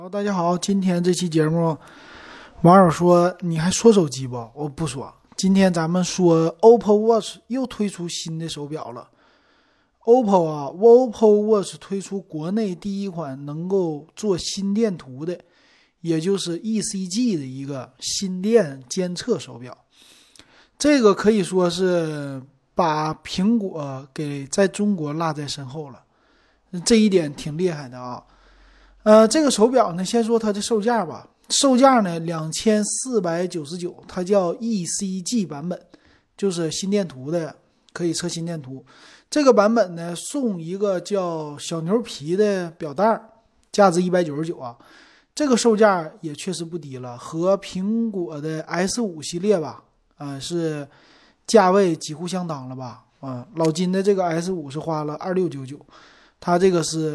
好，大家好，今天这期节目，网友说你还说手机不？我不说。今天咱们说 OPPO Watch 又推出新的手表了。OPPO Watch 推出国内第一款能够做心电图的，也就是 ECG 的一个心电监测手表。这个可以说是把苹果给在中国落在身后了，这一点挺厉害的啊。这个手表呢，先说它的售价吧。售价呢2499，它叫 ECG 版本，就是心电图的，可以测心电图。这个版本呢，送一个叫小牛皮的表带，价值199啊。这个售价也确实不低了，和苹果的 S5 系列吧，是价位几乎相当了吧？老金的这个 S5 是花了2699，它这个是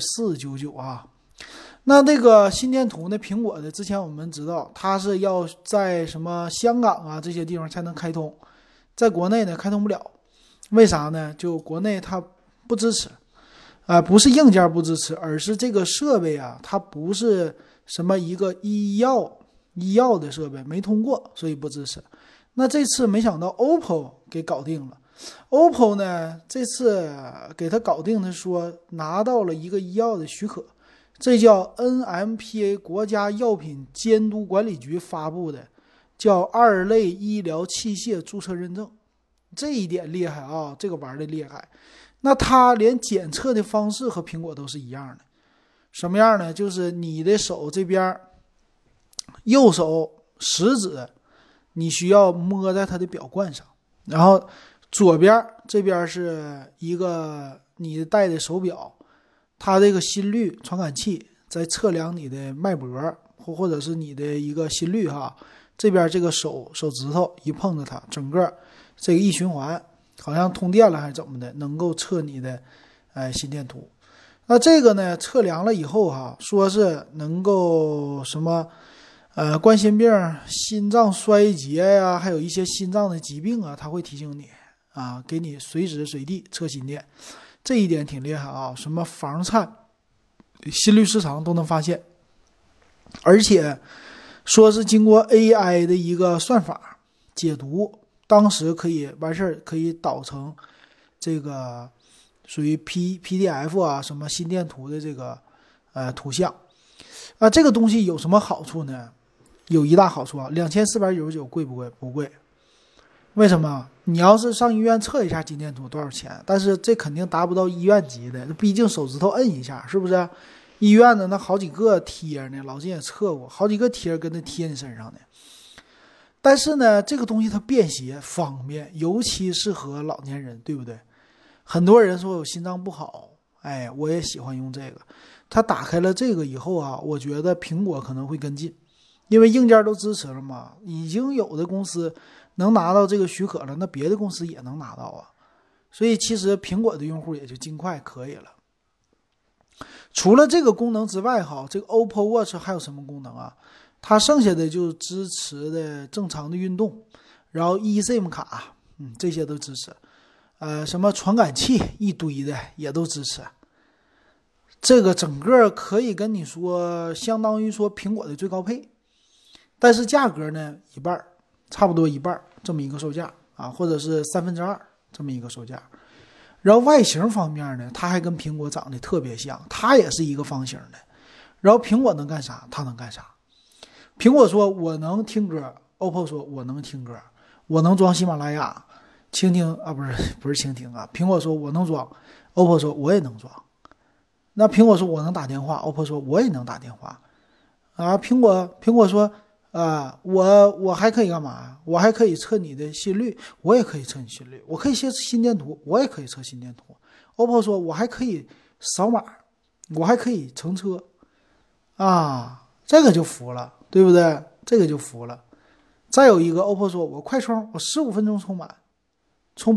2499啊。那这个心电图呢？苹果的之前我们知道，它是要在什么香港啊这些地方才能开通，在国内呢开通不了。为啥呢？就国内它不支持，不是硬件不支持，而是这个设备啊，它不是什么一个医药的设备，没通过，所以不支持。那这次没想到 OPPO 给搞定了。OPPO 呢，这次给它搞定的说拿到了一个医药的许可。这叫 NMPA 国家药品监督管理局发布的，叫二类医疗器械注册认证。这一点厉害啊，这个玩的厉害。那它连检测的方式和苹果都是一样的。什么样呢？就是你的手这边，右手食指，你需要摸在它的表冠上，然后左边这边是一个你戴的手表，它这个心率传感器在测量你的脉搏，或者是你的一个心率哈。这边这个手指头一碰着它，整个这个一循环，好像通电了还是怎么的，能够测你的心电图。那这个呢，测量了以后哈，说是能够什么冠心病、心脏衰竭呀，还有一些心脏的疾病啊，它会提醒你啊，给你随时随地测心电。这一点挺厉害啊，什么房颤、心律失常都能发现，而且说是经过 AI 的一个算法解读，当时可以完事儿，可以导成这个属于 PDF 啊，什么心电图的这个图像啊。这个东西有什么好处呢？有一大好处啊，2499贵不贵？不贵。为什么？你要是上医院测一下心电图多少钱？但是这肯定达不到医院级的，毕竟手指头摁一下，是不是？医院的那好几个贴呢，老金也测过，好几个贴跟它贴你身上的。但是呢，这个东西它便携方便，尤其适合老年人，对不对？很多人说我心脏不好，我也喜欢用这个。它打开了这个以后啊，我觉得苹果可能会跟进，因为硬件都支持了嘛，已经有的公司能拿到这个许可了，那别的公司也能拿到啊。所以其实苹果的用户也就尽快可以了。除了这个功能之外哈，这个 OPPO Watch 还有什么功能啊？它剩下的就支持的正常的运动，然后 eSIM 卡，这些都支持。什么传感器一堆的也都支持。这个整个可以跟你说，相当于说苹果的最高配，但是价格呢一半，差不多一半这么一个售价啊，或者是2/3这么一个售价。然后外形方面呢，它还跟苹果长得特别像，它也是一个方形的。然后苹果能干啥？它能干啥？苹果说我能听歌， OPPO 说我能听歌，我能装喜马拉雅、蜻蜓啊，不是蜻蜓啊。苹果说我能装， OPPO 说我也能装。那苹果说我能打电话， OPPO 说我也能打电话啊。苹果说我还可以干嘛？我还可以测你的心率，我也可以测你心率。我可以测心电图，我也可以测心电图。OPPO 说我还可以扫码，我还可以乘车啊，这个就服了，对不对？这个就服了。再有一个 OPPO 说我快充，我15分钟充满，充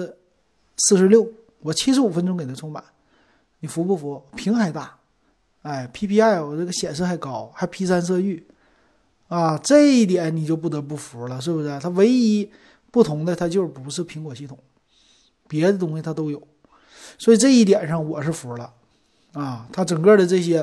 46%，我75分钟给它充满，你服不服？屏还大，PPI 我这个显示还高，还 P3 色域啊，这一点你就不得不服了，是不是？它唯一不同的，它就是不是苹果系统，别的东西它都有，所以这一点上我是服了啊。它整个的这些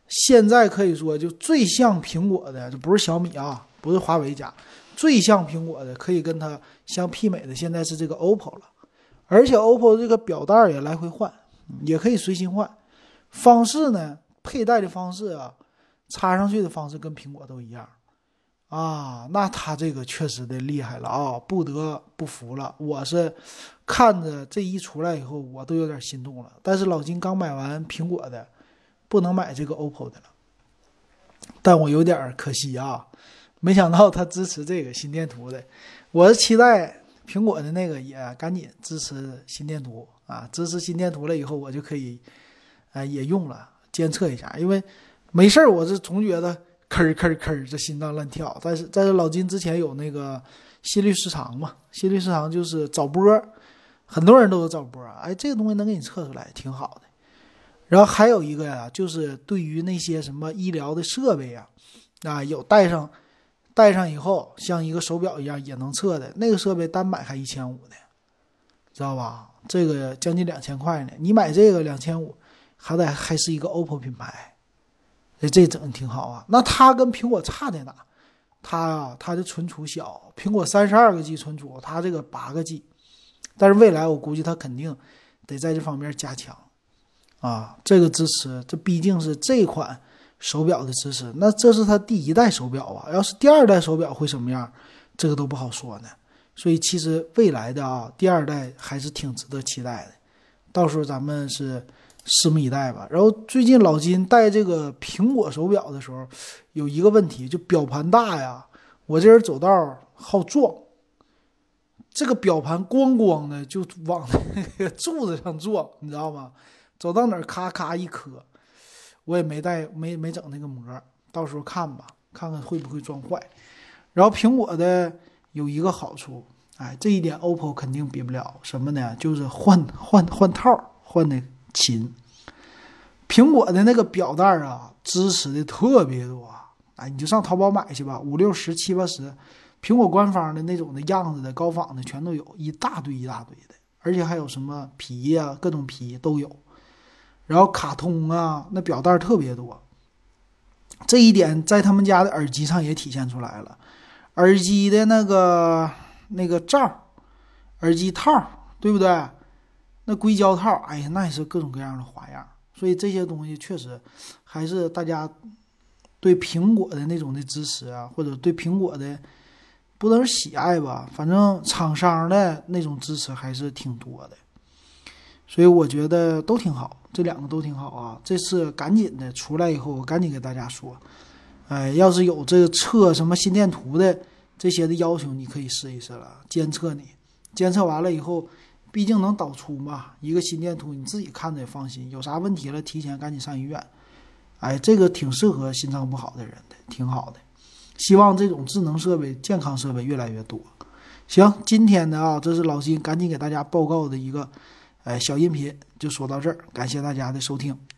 现在可以说就最像苹果的，这不是小米啊，不是华为家，最像苹果的可以跟它相媲美的，现在是这个 OPPO 了。而且 OPPO 这个表带也来回换，也可以随心换。方式呢，佩戴的方式啊，插上去的方式跟苹果都一样啊。那它这个确实的厉害了啊，不得不服了。我是看着这一出来以后，我都有点心动了。但是老金刚买完苹果的，不能买这个 OPPO 的了，但我有点可惜啊，没想到它支持这个心电图的。我是期待苹果的那个也赶紧支持心电图啊，支持心电图了以后，我就可以也用了监测一下。因为没事我是总觉得吭吭吭这心脏乱跳。但是老金之前有那个心律失常嘛，心律失常就是早波，很多人都有早波，这个东西能给你测出来挺好的。然后还有一个呀，就是对于那些什么医疗的设备有戴上以后像一个手表一样也能测的那个设备，单买还1500的，知道吧？这个将近2000块呢，你买这个2500，还是一个 OPPO 品牌，这整的挺好啊。那它跟苹果差在哪？它的存储小，苹果32个 G 存储，它这个8个 G， 但是未来我估计它肯定得在这方面加强啊。这个支持，这毕竟是这款手表的支持，那这是它第1代手表啊，要是第2代手表会什么样，这个都不好说呢。所以其实未来的第2代还是挺值得期待的，到时候咱们是拭目以待吧。然后最近老金戴这个苹果手表的时候，有一个问题，就表盘大呀，我这人走道好撞，这个表盘咣咣的就往那个柱子上撞，你知道吗？走到哪儿咔咔一磕。我也没整那个膜，到时候看吧，看看会不会撞坏。然后苹果的有一个好处，这一点 OPPO 肯定比不了，什么呢？就是换套，换的勤。苹果的那个表带支持的特别多，你就上淘宝买去吧，5、6、10、7、8、10，苹果官方的那种的样子的高仿的全都有，一大堆的，而且还有什么皮各种皮都有。然后卡通那表带特别多，这一点在他们家的耳机上也体现出来了。耳机的那个罩，耳机套，对不对？那硅胶套，那也是各种各样的花样。所以这些东西确实还是大家对苹果的那种的支持或者对苹果的不能是喜爱吧，反正厂商的那种支持还是挺多的。所以我觉得都挺好，这2个都挺好啊。这次赶紧的出来以后，我赶紧给大家说，要是有这个测什么心电图的这些的要求，你可以试一试了。监测完了以后，毕竟能导出嘛，一个心电图你自己看着也放心，有啥问题了提前赶紧上医院。这个挺适合心脏不好的人的，挺好的。希望这种智能设备、健康设备越来越多。行，今天的这是老金赶紧给大家报告的一个小音频就说到这儿，感谢大家的收听。